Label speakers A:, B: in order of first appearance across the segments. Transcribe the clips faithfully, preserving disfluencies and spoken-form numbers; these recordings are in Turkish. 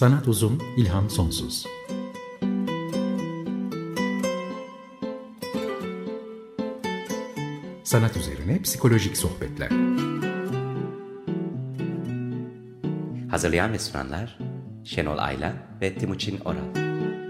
A: Sanat uzun, ilham sonsuz. Sanat üzerine psikolojik sohbetler.
B: Hazırlayan ve sunanlar Şenol Aylan ve Timuçin Oral.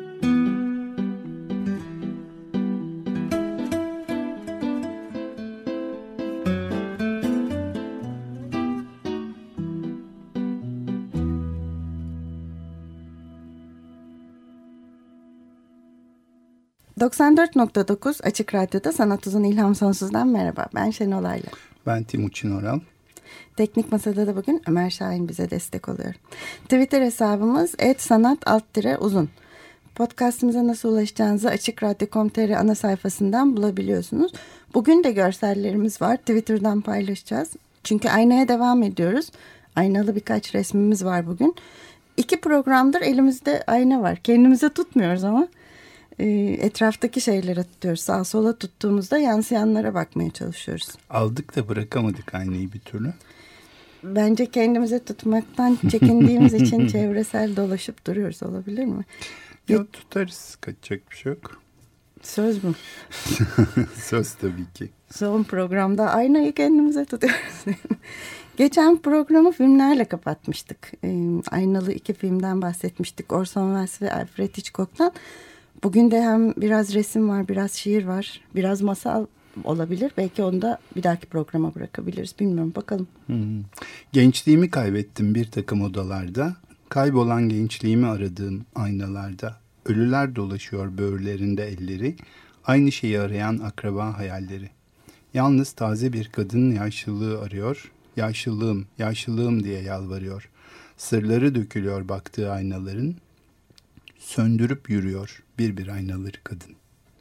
C: doksan dört nokta dokuz Açık Radyo'da Sanat Uzun İlham Sonsuz'dan merhaba. Ben Şenol Aylan.
D: Ben Timuçin Oral.
C: Teknik Masada da bugün Ömer Şahin bize destek oluyor. Twitter hesabımız et sanat alt uzun. Podcastımıza nasıl ulaşacağınızı Açık Radyo nokta com nokta tr ana sayfasından bulabiliyorsunuz. Bugün de görsellerimiz var. Twitter'dan paylaşacağız. Çünkü aynaya devam ediyoruz. Aynalı birkaç resmimiz var bugün. İki programdır elimizde ayna var. Kendimize tutmuyoruz ama etraftaki şeylere tutuyoruz. Sağa sola tuttuğumuzda yansıyanlara bakmaya çalışıyoruz.
D: Aldık da bırakamadık aynayı bir türlü.
C: Bence kendimize tutmaktan çekindiğimiz için çevresel dolaşıp duruyoruz, olabilir mi?
D: Yok, tutarız. Kaçacak bir şey yok.
C: Söz mü?
D: Söz tabii ki.
C: Son programda aynayı kendimize tutuyoruz. Geçen programı filmlerle kapatmıştık. Aynalı iki filmden bahsetmiştik. Orson Welles ve Alfred Hitchcock'tan. Bugün de hem biraz resim var, biraz şiir var, biraz masal olabilir. Belki onu da bir dahaki programa bırakabiliriz. Bilmiyorum, bakalım.
D: Hmm. Gençliğimi kaybettim bir takım odalarda. Kaybolan gençliğimi aradığım aynalarda. Ölüler dolaşıyor böğürlerinde elleri. Aynı şeyi arayan akraba hayalleri. Yalnız taze bir kadın yaşlılığı arıyor. Yaşlılığım, yaşlılığım diye yalvarıyor. Sırları dökülüyor baktığı aynaların. Söndürüp yürüyor bir bir aynaları kadın.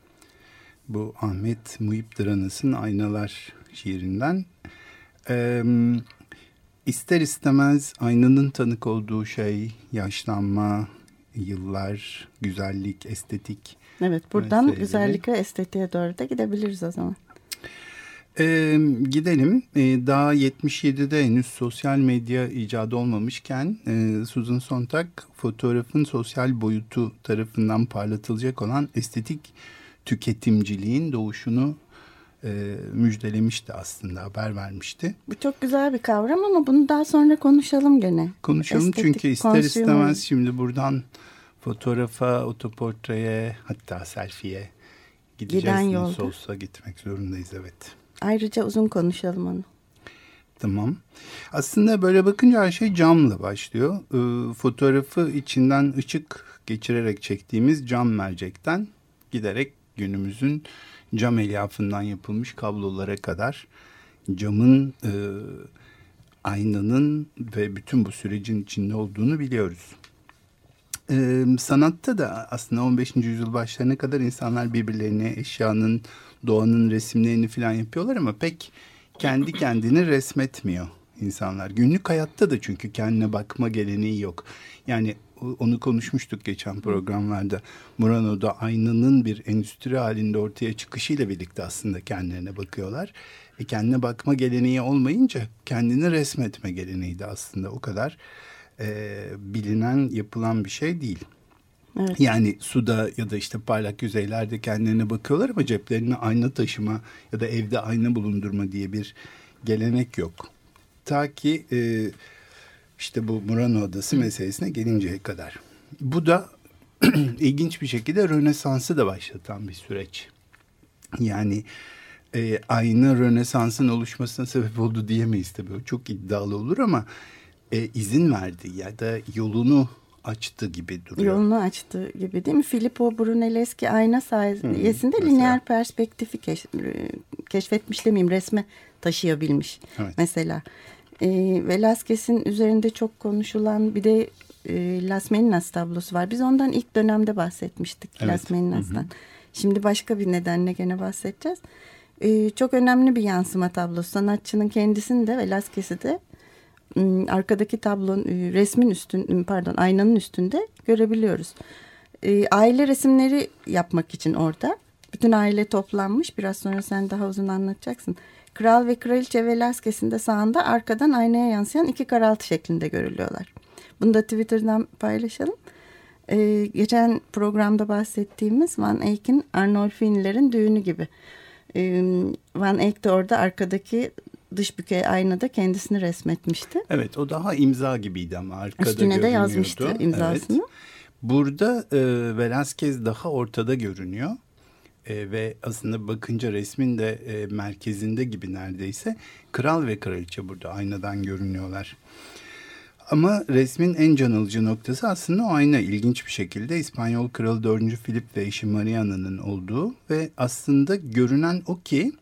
D: Bu Ahmet Muhip Dıranıs'ın Aynalar şiirinden. Ee, ister istemez aynanın tanık olduğu şey yaşlanma, yıllar, güzellik, estetik.
C: Evet, buradan meseleleri. Güzellik ve estetiğe doğru da gidebiliriz o zaman.
D: Ee, gidelim. Ee, daha yetmiş yedide henüz sosyal medya icadı olmamışken e, Susan Sontag fotoğrafın sosyal boyutu tarafından parlatılacak olan estetik tüketimciliğin doğuşunu e, müjdelemişti aslında, haber vermişti.
C: Bu çok güzel bir kavram ama bunu daha sonra konuşalım gene.
D: Konuşalım estetik, çünkü ister consumer. istemez şimdi buradan fotoğrafa, otoportreye, hatta selfie'ye gideceğiz. Nasıl olsa gitmek zorundayız, evet.
C: Ayrıca uzun konuşalım onu.
D: Tamam. Aslında böyle bakınca her şey camla başlıyor. Ee, fotoğrafı içinden ışık geçirerek çektiğimiz cam mercekten giderek günümüzün cam elyafından yapılmış kablolara kadar camın, e, aynanın ve bütün bu sürecin içinde olduğunu biliyoruz. Ee, sanatta da aslında on beşinci yüzyıl başlarına kadar insanlar birbirlerine eşyanın, doğanın resimlerini falan yapıyorlar ama pek kendi kendini resmetmiyor insanlar. Günlük hayatta da çünkü kendine bakma geleneği yok. Yani onu konuşmuştuk geçen programlarda. Murano'da aynanın bir endüstri halinde ortaya çıkışıyla birlikte aslında kendilerine bakıyorlar. E kendine bakma geleneği olmayınca kendini resmetme geleneği de aslında o kadar e, bilinen, yapılan bir şey değil. Evet. Yani suda ya da işte parlak yüzeylerde kendilerine bakıyorlar ama ceplerine ayna taşıma ya da evde ayna bulundurma diye bir gelenek yok. Ta ki e, işte bu Murano Adası meselesine gelinceye kadar. Bu da ilginç bir şekilde Rönesans'ı da başlatan bir süreç. Yani e, ayna Rönesans'ın oluşmasına sebep oldu diyemeyiz tabii. O çok iddialı olur ama e, izin verdi ya da yolunu açtı gibi duruyor.
C: Yolunu açtı gibi değil mi? Filippo Brunelleschi ayna sayesinde hmm, lineer perspektifi keş, keşfetmiş demeyeyim, resme taşıyabilmiş. Evet. Mesela. E, Velázquez'in üzerinde çok konuşulan bir de e, Las Meninas tablosu var. Biz ondan ilk dönemde bahsetmiştik. Evet. Las Meninas'tan. Hı hı. Şimdi başka bir nedenle gene bahsedeceğiz. E, çok önemli bir yansıma tablosu. Sanatçının kendisini de Velázquez'i de arkadaki tablonun, resmin üstün, pardon aynanın üstünde görebiliyoruz. E, aile resimleri yapmak için orada. Bütün aile toplanmış. Biraz sonra sen daha uzun anlatacaksın. Kral ve kraliçe Velázquez'in de sağında arkadan aynaya yansıyan iki karaltı şeklinde görülüyorlar. Bunu da Twitter'dan paylaşalım. Ee, geçen programda bahsettiğimiz Van Eyck'in Arnolfini'lerin düğünü gibi. Ee, Van Eyck de orada arkadaki dış bükey aynada kendisini resmetmişti.
D: Evet, o daha imza gibiydi ama arkada
C: üstüne
D: görünüyordu.
C: de yazmıştı imzasını.
D: Evet. Burada e, Velázquez daha ortada görünüyor. E, ve aslında bakınca resmin de e, merkezinde gibi neredeyse. Kral ve kraliçe burada aynadan görünüyorlar. Ama resmin en can alıcı noktası aslında o ayna. İlginç bir şekilde İspanyol Kralı dördüncü Filip ve eşi Mariana'nın olduğu ve aslında görünen o ki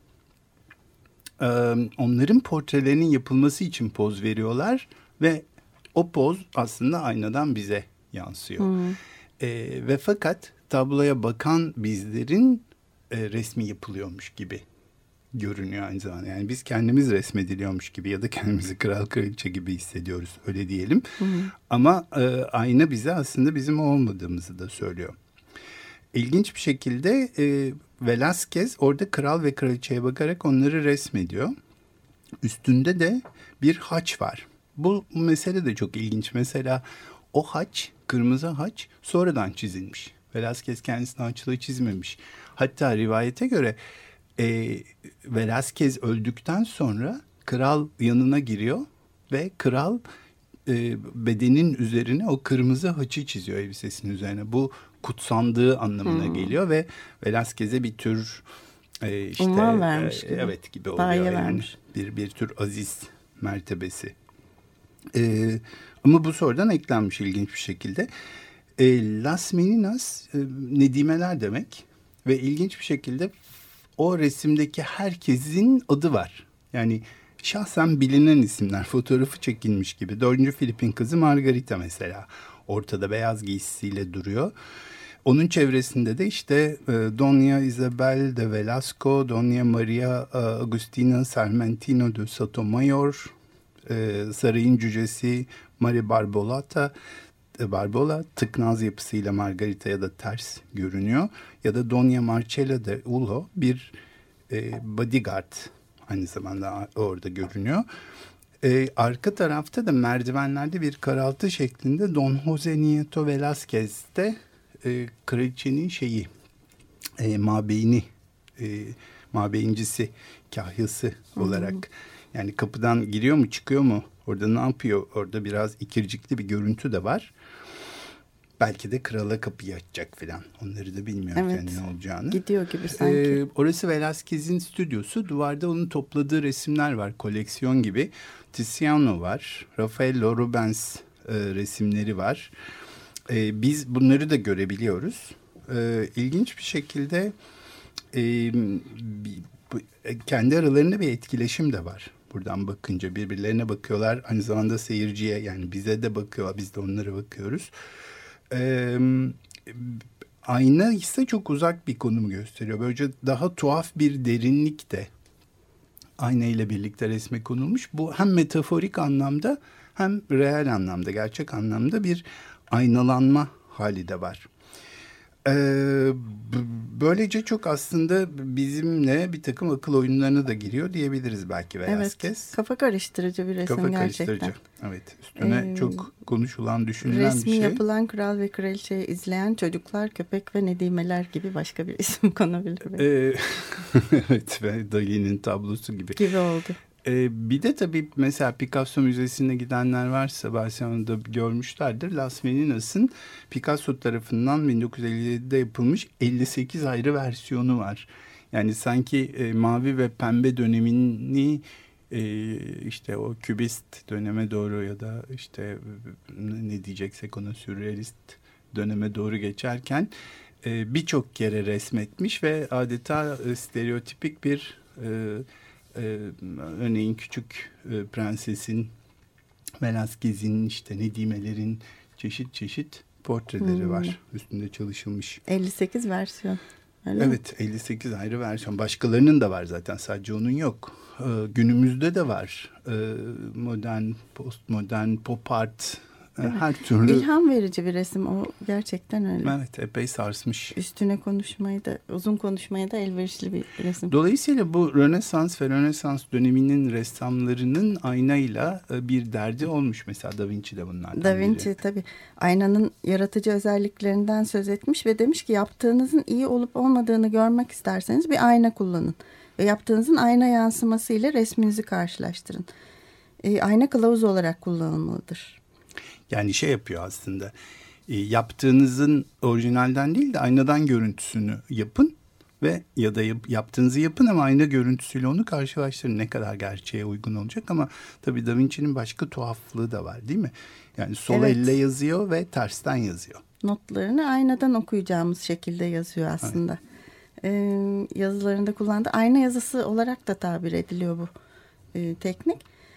D: e, onların portrelerinin yapılması için poz veriyorlar ve o poz aslında aynadan bize yansıyor. Hmm. E, ve fakat tabloya bakan bizlerin e, resmi yapılıyormuş gibi görünüyor aynı zamanda. Yani biz kendimiz resmediliyormuş gibi ya da kendimizi kral kraliçe gibi hissediyoruz, öyle diyelim. Hı hı. Ama e, ayna bize aslında bizim olmadığımızı da söylüyor. İlginç bir şekilde e, Velázquez orada kral ve kraliçeye bakarak onları resmediyor. Üstünde de bir haç var. Bu mesele de çok ilginç. Mesela o haç, kırmızı haç sonradan çizilmiş. Velázquez kendisini haçla çizmemiş. Hatta rivayete göre E, Velázquez öldükten sonra kral yanına giriyor ve kral e, bedenin üzerine o kırmızı haçı çiziyor elbisesinin üzerine. Bu kutsandığı anlamına hmm. geliyor ve Velázquez'e bir tür e, işte
C: Umman vermiş
D: e,
C: gibi.
D: Evet gibi oluyor.
C: Bayiye
D: yani.
C: vermiş.
D: Bir bir tür aziz mertebesi. E, ama bu sonradan eklenmiş ilginç bir şekilde. E, Las Meninas e, nedimeler demek ve ilginç bir şekilde o resimdeki herkesin adı var. Yani şahsen bilinen isimler, fotoğrafı çekilmiş gibi. Dördüncü Filip'in kızı Margarita mesela ortada beyaz giysisiyle duruyor. Onun çevresinde de işte Doña Isabel de Velasco, Doña Maria Agustina Sarmentino de Sotomayor, sarayın cücesi Maria Barbolata, Barbola tıknaz yapısıyla Margarita ya da ters görünüyor. Ya da Doña Marcela de Ulo bir e, bodyguard aynı zamanda orada görünüyor. E, arka tarafta da merdivenlerde bir karaltı şeklinde Don Jose Nieto Velázquez de e, kraliçenin şeyi e, mabeyni e, mabeyincisi kahyası olarak. Hı-hı. Yani kapıdan giriyor mu çıkıyor mu orada ne yapıyor, orada biraz ikircikli bir görüntü de var. Belki de krala kapıyı açacak falan. Onları da bilmiyorum evet. Yani ne olacağını.
C: Gidiyor gibi sanki.
D: Ee, orası Velázquez'in stüdyosu. Duvarda onun topladığı resimler var. Koleksiyon gibi. Tiziano var. Raffaello Rubens e, resimleri var. E, biz bunları da görebiliyoruz. E, ilginç bir şekilde e, bu, kendi aralarında bir etkileşim de var. Buradan bakınca birbirlerine bakıyorlar. Aynı zamanda seyirciye, yani bize de bakıyorlar. Biz de onlara bakıyoruz. Ee, ayna ise çok uzak bir konumu gösteriyor. Böylece daha tuhaf bir derinlik de ayna ile birlikte resme konulmuş. Bu hem metaforik anlamda hem reel anlamda, gerçek anlamda bir aynalanma hali de var. Ee, böylece çok aslında bizimle bir takım akıl oyunlarına da giriyor diyebiliriz belki Velázquez.
C: Evet, kafa karıştırıcı bir resim
D: kafa
C: gerçekten.
D: Karıştırıcı. Evet, üstüne ee, çok konuşulan, düşünülen
C: resmi
D: bir şey.
C: Resmi yapılan kral ve kraliçeyi izleyen çocuklar, köpek ve nedimeler gibi başka bir isim konabilir.
D: Ee, evet, ve Dali'nin tablosu gibi.
C: Gibi oldu.
D: Ee, bir de tabii mesela Picasso Müzesi'ne gidenler varsa Barcelona'da görmüşlerdir. Las Meninas'ın Picasso tarafından bin dokuz yüz elli yedide yapılmış elli sekiz ayrı versiyonu var. Yani sanki e, mavi ve pembe dönemini e, işte o kübist döneme doğru ya da işte ne diyeceksek ona sürrealist döneme doğru geçerken e, birçok kere resmetmiş ve adeta e, stereotipik bir e, Ee, örneğin Küçük e, Prenses'in, Velázquez'in, işte Nedimelerin çeşit çeşit portreleri hmm. var. Üstünde çalışılmış.
C: elli sekiz versiyon. Öyle
D: evet mi? elli sekiz ayrı versiyon. Başkalarının da var zaten. Sadece onun yok. Ee, günümüzde de var. Ee, modern, postmodern, pop art her türlü.
C: İlham verici bir resim o, gerçekten öyle.
D: Evet, epey sarsmış.
C: Üstüne konuşmayı da, uzun konuşmaya da elverişli bir resim.
D: Dolayısıyla bu Rönesans ve Rönesans döneminin ressamlarının aynayla bir derdi olmuş. Mesela Da Vinci de bunlardan
C: Da Vinci
D: biri.
C: tabii aynanın yaratıcı özelliklerinden söz etmiş ve demiş ki yaptığınızın iyi olup olmadığını görmek isterseniz bir ayna kullanın. Ve yaptığınızın ayna yansıması ile resminizi karşılaştırın. E, ayna kılavuz olarak kullanılmalıdır.
D: Yani şey yapıyor aslında. E, yaptığınızın orijinalden değil de aynadan görüntüsünü yapın ve ya da yap, yaptığınızı yapın ama ayna görüntüsüyle onu karşılaştırın. Ne kadar gerçeğe uygun olacak ama tabii Da Vinci'nin başka tuhaflığı da var değil mi? Yani sol
C: evet. elle
D: yazıyor ve tersten yazıyor.
C: Notlarını aynadan okuyacağımız şekilde yazıyor aslında. Evet. Ee, yazılarında kullandığı ayna yazısı olarak da tabir ediliyor bu e, teknik.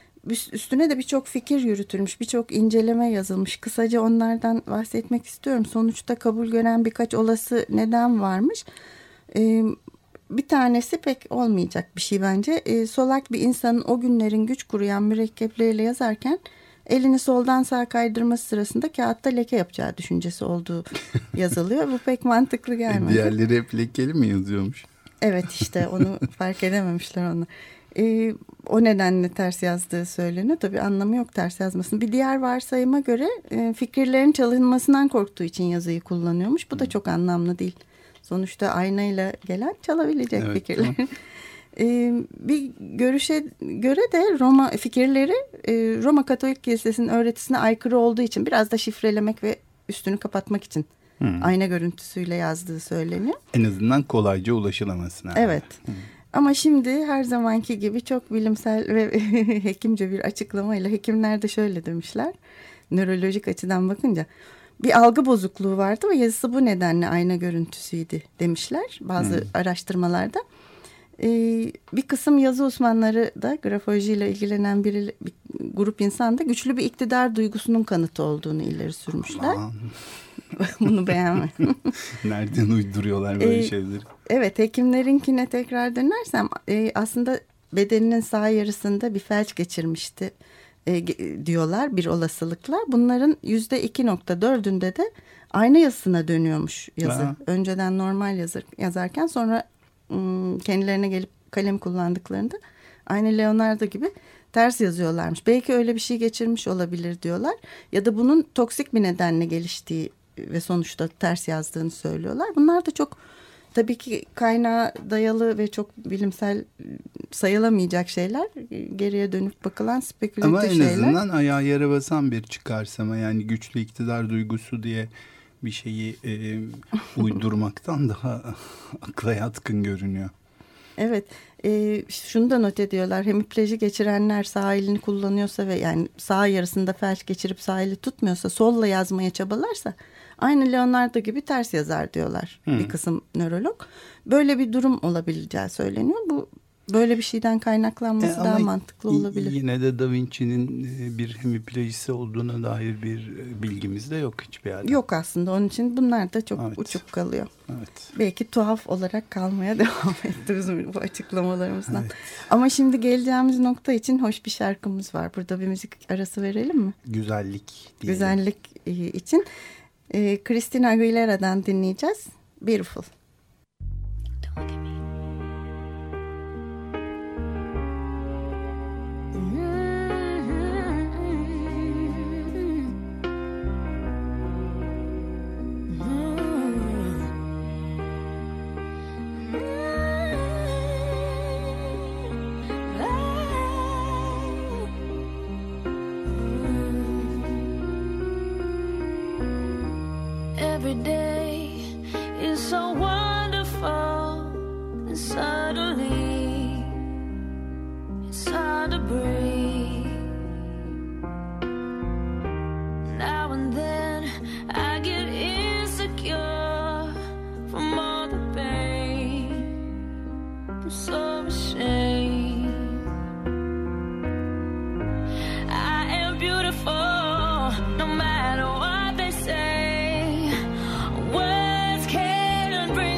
C: Üstüne de birçok fikir yürütülmüş, birçok inceleme yazılmış. Kısaca onlardan bahsetmek istiyorum. Sonuçta kabul gören birkaç olası neden varmış. Ee, bir tanesi pek olmayacak bir şey bence. Ee, solak bir insanın o günlerin güç kuruyan mürekkepleriyle yazarken elini soldan sağa kaydırması sırasında kağıtta leke yapacağı düşüncesi olduğu yazılıyor. Bu pek mantıklı gelmedi.
D: Diğerleri hep lekeli mi yazıyormuş?
C: Evet, işte onu fark edememişler onu. Ee, o nedenle ters yazdığı söyleniyor. Tabii anlamı yok ters yazmasının. Bir diğer varsayıma göre e, fikirlerin çalınmasından korktuğu için yazıyı kullanıyormuş. Bu da çok anlamlı değil. Sonuçta aynayla gelen çalabilecek evet, fikirler. Ee, bir görüşe göre de Roma fikirleri e, Roma Katolik Kilisesi'nin öğretisine aykırı olduğu için biraz da şifrelemek ve üstünü kapatmak için hmm. ayna görüntüsüyle yazdığı söyleniyor.
D: En azından kolayca ulaşılamasına.
C: Evet. Hmm. Ama şimdi her zamanki gibi çok bilimsel ve hekimce bir açıklamayla hekimler de şöyle demişler. Nörolojik açıdan bakınca bir algı bozukluğu vardı ve yazısı bu nedenle ayna görüntüsüydü demişler bazı hmm. araştırmalarda. Ee, bir kısım yazı uzmanları da grafolojiyle ilgilenen bir, bir grup insan da güçlü bir iktidar duygusunun kanıtı olduğunu ileri sürmüşler. Bunu beğenmedim.
D: Nereden uyduruyorlar böyle
C: ee,
D: şeyleri?
C: Evet, hekimlerinkine tekrar dönersem e, aslında bedeninin sağ yarısında bir felç geçirmişti e, diyorlar bir olasılıkla. Bunların yüzde iki nokta dördünde de ayna yazısına dönüyormuş yazı. Aha. Önceden normal yazır, yazarken sonra kendilerine gelip kalem kullandıklarında aynı Leonardo gibi ters yazıyorlarmış. Belki öyle bir şey geçirmiş olabilir diyorlar. Ya da bunun toksik bir nedenle geliştiği ve sonuçta ters yazdığını söylüyorlar. Bunlar da çok tabii ki kaynağa dayalı ve çok bilimsel sayılamayacak şeyler. Geriye dönüp bakılan spekülatif şeyler.
D: Ama en şeyler. Azından ayağı yere basan bir çıkarsama, yani güçlü iktidar duygusu diye bir şeyi e, uydurmaktan daha akla yatkın görünüyor.
C: Evet, e, şunu da not ediyorlar. Hemipleji geçirenler sağ elini kullanıyorsa ve yani sağ yarısında felç geçirip sağ eli tutmuyorsa, solla yazmaya çabalarsa aynı Leonardo gibi ters yazar diyorlar hmm. bir kısım nörolog. Böyle bir durum olabileceği söyleniyor. Bu böyle bir şeyden kaynaklanması e, daha mantıklı olabilir.
D: Yine de Da Vinci'nin bir hemiplejisi olduğuna dair bir bilgimiz de yok hiçbir yerde.
C: Yok aslında, onun için bunlar da çok evet. uçuk kalıyor. Evet. Belki tuhaf olarak kalmaya devam ediyoruz bu açıklamalarımızdan. Evet. Ama şimdi geleceğimiz nokta için hoş bir şarkımız var. Burada bir müzik arası verelim mi?
D: Güzellik diyelim.
C: Güzellik için Christina Aguilera'dan dinleyeceğiz. Beautiful.
E: Every day is so wonderful, and suddenly it's hard to breathe. Now and then I get insecure from all the pain. I'm so ashamed. I am beautiful, no matter what they say. Words can't bring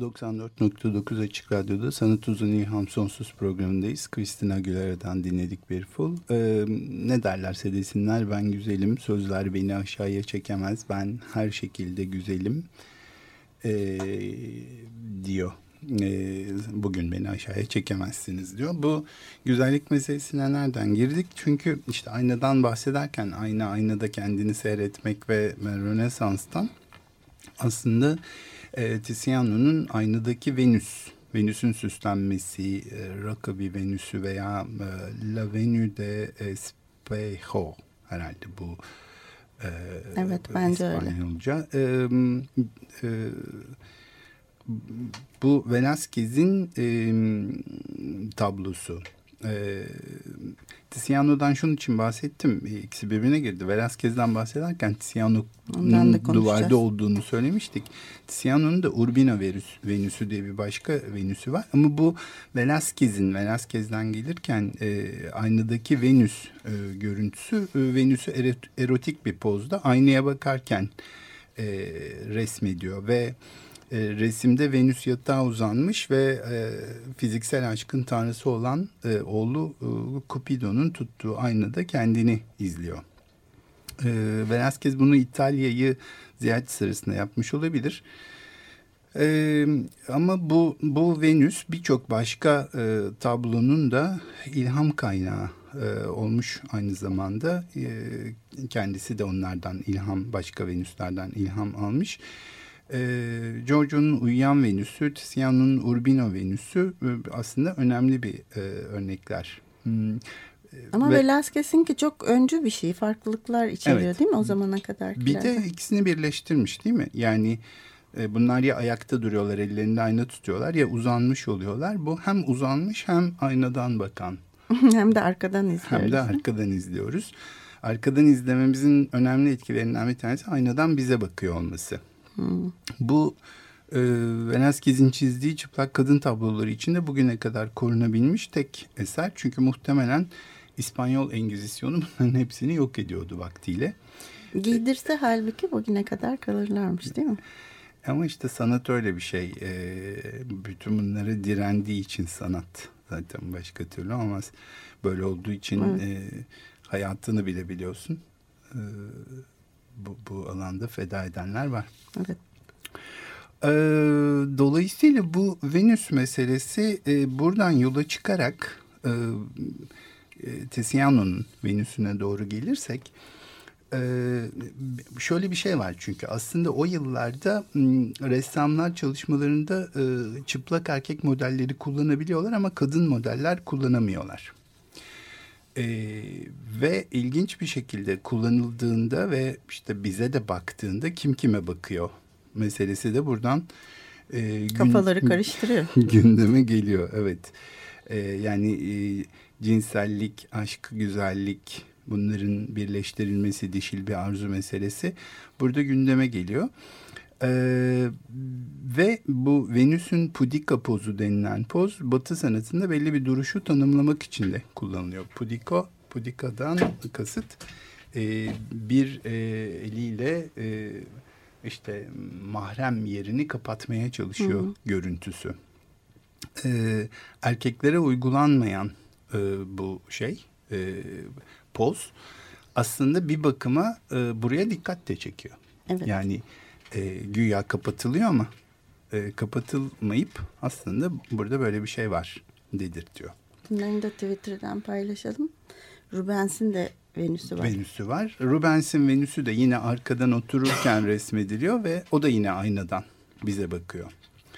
D: doksan dört nokta dokuz Açık Radyo'da Sanat Uzun İlham Sonsuz programındayız. Christina Aguilera'dan dinledik bir full. Ee, ne derlerse desinler, ben güzelim, sözler beni aşağıya çekemez, ben her şekilde güzelim ee, diyor. Ee, bugün beni aşağıya çekemezsiniz diyor. Bu güzellik meselesine nereden girdik? Çünkü işte aynadan bahsederken ayna, aynada kendini seyretmek ve Rönesans'tan aslında e, Tiziano'nun aynadaki Venüs, Venüs'ün süslenmesi, e, Rockaby Venüs'ü veya e, La Venue de Espejo herhalde bu e,
C: evet, bence
D: İspanyolca. E, e, bu Velázquez'in e, tablosu. E, Tiziano'dan şunun için bahsettim. İkisi birbirine girdi. Velázquez'den bahsederken Tiziano'nun duvarda olduğunu söylemiştik. Tiziano'nun da Urbino Venüs'ü diye bir başka Venüs'ü var. Ama bu Velázquez'in, Velázquez'den gelirken e, aynadaki Venüs e, görüntüsü, e, Venüs'ü erotik bir pozda aynaya bakarken e, resmediyor ve E, resimde Venüs yatağa uzanmış ve e, fiziksel aşkın tanrısı olan e, oğlu e, Cupido'nun tuttuğu aynada kendini izliyor. E, Velázquez bunu İtalya'yı ziyaret sırasında yapmış olabilir. E, ama bu bu Venüs birçok başka e, tablonun da ilham kaynağı e, olmuş aynı zamanda. E, kendisi de onlardan ilham, başka Venüslerden ilham almış. Ee, Giorgio'nun Uyuyan Venüs'ü, Tiziano'nun Urbino Venüs'ü aslında önemli bir e, örnekler. Hmm.
C: Ama Ve, Velázquez'inki çok öncü bir şey. Farklılıklar içeriyor, evet, değil mi o zamana kadar?
D: Bir de ikisini birleştirmiş değil mi? Yani e, bunlar ya ayakta duruyorlar, ellerinde ayna tutuyorlar, ya uzanmış oluyorlar. Bu hem uzanmış hem aynadan bakan.
C: Hem de arkadan izliyoruz.
D: Hem de arkadan izliyoruz. Arkadan izlememizin önemli etkilerinden bir tanesi aynadan bize bakıyor olması. Hmm. Bu e, Velázquez'in çizdiği çıplak kadın tabloları içinde bugüne kadar korunabilmiş tek eser. Çünkü muhtemelen İspanyol Engizisyonu bunların hepsini yok ediyordu vaktiyle.
C: Giydirse halbuki bugüne kadar kalırlarmış değil mi?
D: Ama işte sanat öyle bir şey. E, bütün bunlara direndiği için sanat. Zaten başka türlü olmaz. Böyle olduğu için evet. e, hayatını bile biliyorsun. E, Bu, bu alanda feda edenler var.
C: Evet.
D: Ee, dolayısıyla bu Venüs meselesi e, buradan yola çıkarak e, e, Tiziano'nun Venüs'üne doğru gelirsek e, şöyle bir şey var. Çünkü aslında o yıllarda m, ressamlar çalışmalarında e, çıplak erkek modelleri kullanabiliyorlar ama kadın modeller kullanamıyorlar. Ee, ve ilginç bir şekilde kullanıldığında ve işte bize de baktığında kim kime bakıyor meselesi de buradan e, gün,
C: kafaları karıştırıyor.
D: Gündeme geliyor, evet. Ee, yani e, cinsellik, aşk, güzellik, bunların birleştirilmesi, dişil bir arzu meselesi burada gündeme geliyor. Ee, ve bu Venüs'ün pudica pozu denilen poz Batı sanatında belli bir duruşu tanımlamak için de kullanılıyor. Pudico, pudica'dan kasıt e, bir e, eliyle e, işte mahrem yerini kapatmaya çalışıyor hı hı. görüntüsü. Ee, erkeklere uygulanmayan e, bu şey e, poz aslında bir bakıma e, buraya dikkat de çekiyor.
C: Evet.
D: Yani E, güya kapatılıyor ama e, kapatılmayıp aslında burada böyle bir şey var dedirtiyor.
C: Bunları da Twitter'dan paylaşalım. Rubens'in de Venüs'ü var.
D: Venüs'ü var. Rubens'in Venüs'ü de yine arkadan otururken resmediliyor ve o da yine aynadan bize bakıyor.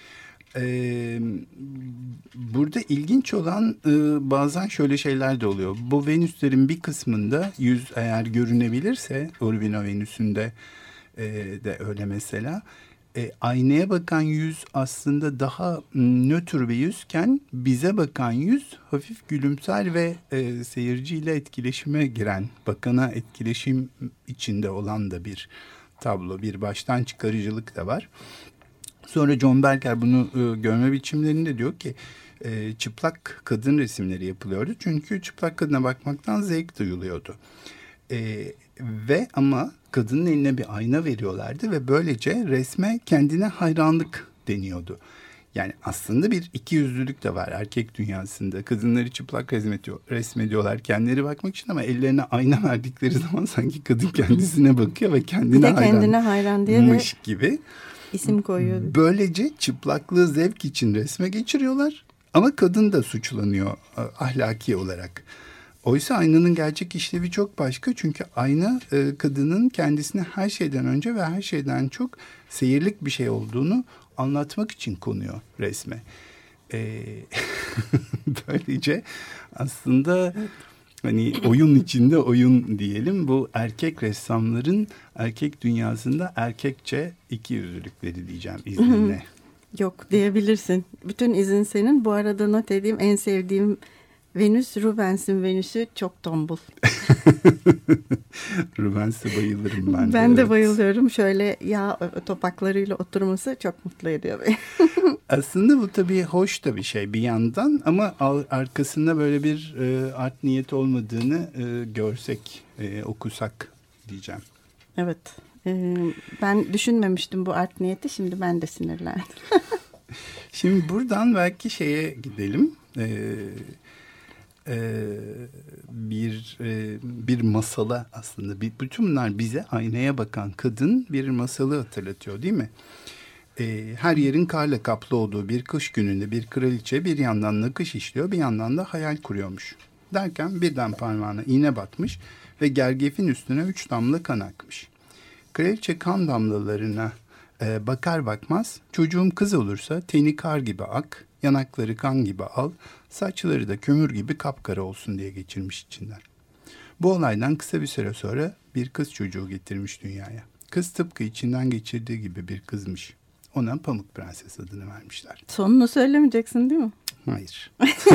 D: Ee, burada ilginç olan e, bazen şöyle şeyler de oluyor. Bu Venüslerin bir kısmında yüz eğer görünebilirse, Urbino Venüs'ünde e, de öyle mesela. E, aynaya bakan yüz aslında daha nötr bir yüzken bize bakan yüz hafif gülümser ve e, seyirciyle etkileşime giren, bakana etkileşim içinde olan da bir tablo, bir baştan çıkarıcılık da var. Sonra John Berger bunu e, görme biçimlerinde diyor ki e, çıplak kadın resimleri yapılıyordu. Çünkü çıplak kadına bakmaktan zevk duyuluyordu. E, ve ama kadının eline bir ayna veriyorlardı ve böylece resme kendine hayranlık deniyordu. Yani aslında bir ikiyüzlülük de var erkek dünyasında. Kadınları çıplak resmediyor, resmediyorlar kendileri bakmak için ama ellerine ayna verdikleri zaman sanki kadın kendisine bakıyor ve kendine,
C: de kendine hayran diye ve
D: gibi
C: isim koyuyor.
D: Böylece çıplaklığı zevk için resme geçiriyorlar ama kadın da suçlanıyor ahlaki olarak. Oysa aynanın gerçek işlevi çok başka. Çünkü ayna kadının kendisine her şeyden önce ve her şeyden çok seyirlik bir şey olduğunu anlatmak için konuyor resme. Ee, böylece aslında hani oyun içinde oyun diyelim. Bu erkek ressamların erkek dünyasında erkekçe ikiyüzlülükleri diyeceğim izninle.
C: Yok diyebilirsin. Bütün izin senin. Bu arada not edeyim, en sevdiğim Venüs Rubens'in Venüs'ü çok tombul.
D: Rubens'e bayılırım ben de.
C: Ben de
D: evet.
C: bayılıyorum. Şöyle yağ topaklarıyla oturması çok mutlu ediyor beni.
D: Aslında bu tabii hoş da bir şey bir yandan ama arkasında böyle bir e, art niyet olmadığını e, görsek, e, okusak diyeceğim.
C: Evet. E, ben düşünmemiştim bu art niyeti. Şimdi ben de sinirlendim.
D: Şimdi buradan belki şeye gidelim. Ee, e, bir e, bir masala aslında. Bir, bütün bunlar bize aynaya bakan kadın bir masalı hatırlatıyor değil mi? Ee, her yerin karla kaplı olduğu bir kış gününde bir kraliçe bir yandan nakış işliyor, bir yandan da hayal kuruyormuş. Derken birden parmağına iğne batmış ve gergefin üstüne üç damla kan akmış. Kraliçe kan damlalarına e, bakar bakmaz, çocuğum kız olursa teni kar gibi ak, yanakları kan gibi al, saçları da kömür gibi kapkara olsun diye geçirmiş içinden. Bu olaydan kısa bir süre sonra bir kız çocuğu getirmiş dünyaya. Kız tıpkı içinden geçirdiği gibi bir kızmış. Ona Pamuk Prenses adını vermişler.
C: Sonunu söylemeyeceksin değil mi?
D: Hayır.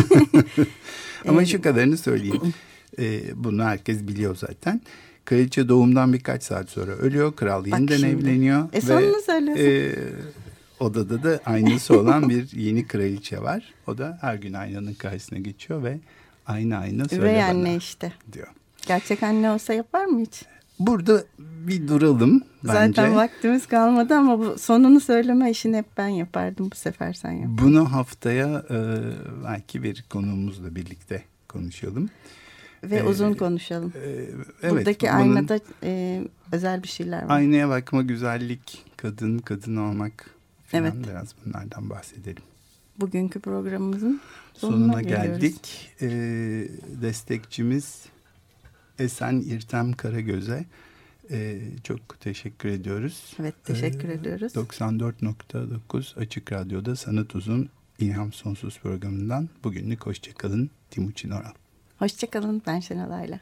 D: Ama şu kadarını söyleyeyim. Ee, bunu herkes biliyor zaten. Kraliçe doğumdan birkaç saat sonra ölüyor. Kral yeniden evleniyor.
C: E sonunu söylüyorsun.
D: E, odada da aynası olan bir yeni kraliçe var. O da her gün aynanın karşısına geçiyor ve ayna ayna söyle
C: Üvey
D: bana
C: anne işte.
D: diyor.
C: Gerçek anne olsa yapar mı hiç?
D: Burada bir duralım bence.
C: Zaten vaktimiz kalmadı ama bu sonunu söyleme işini hep ben yapardım, bu sefer sen yap.
D: Bunu haftaya e, belki bir konuğumuzla birlikte konuşalım.
C: Ve ee, uzun konuşalım. E, evet, buradaki bunun, aynada e, özel bir şeyler var.
D: Aynaya bakma, güzellik, kadın, kadın olmak falan, evet. Biraz bunlardan bahsedelim.
C: Bugünkü programımızın sonuna,
D: sonuna geldik. E, destekçimiz Esen İrtem Karagöz'e e, çok teşekkür ediyoruz.
C: Evet, teşekkür e, ediyoruz.
D: doksan dört nokta dokuz Açık Radyo'da Sanat Uzun İlham Sonsuz programından bugünlük hoşçakalın. Timuçin Oral.
C: Hoşçakalın, ben Şenol Ayla.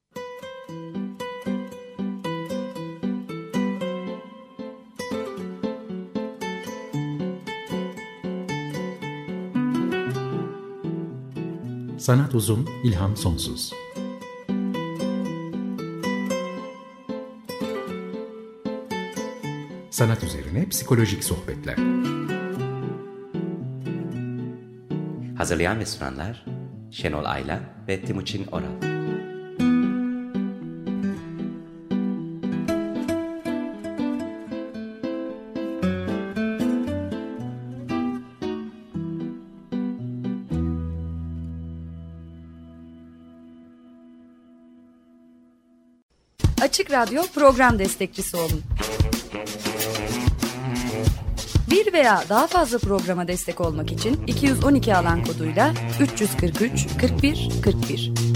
A: Sanat Uzun İlham Sonsuz. Sanat üzerine psikolojik sohbetler.
B: Hazırlayan ve sunanlar Şenol Ayla ve Timuçin Oral.
F: Açık Radyo program destekçisi olun. Bir veya daha fazla programa destek olmak için iki yüz on iki alan koduyla üç yüz kırk üç kırk bir kırk bir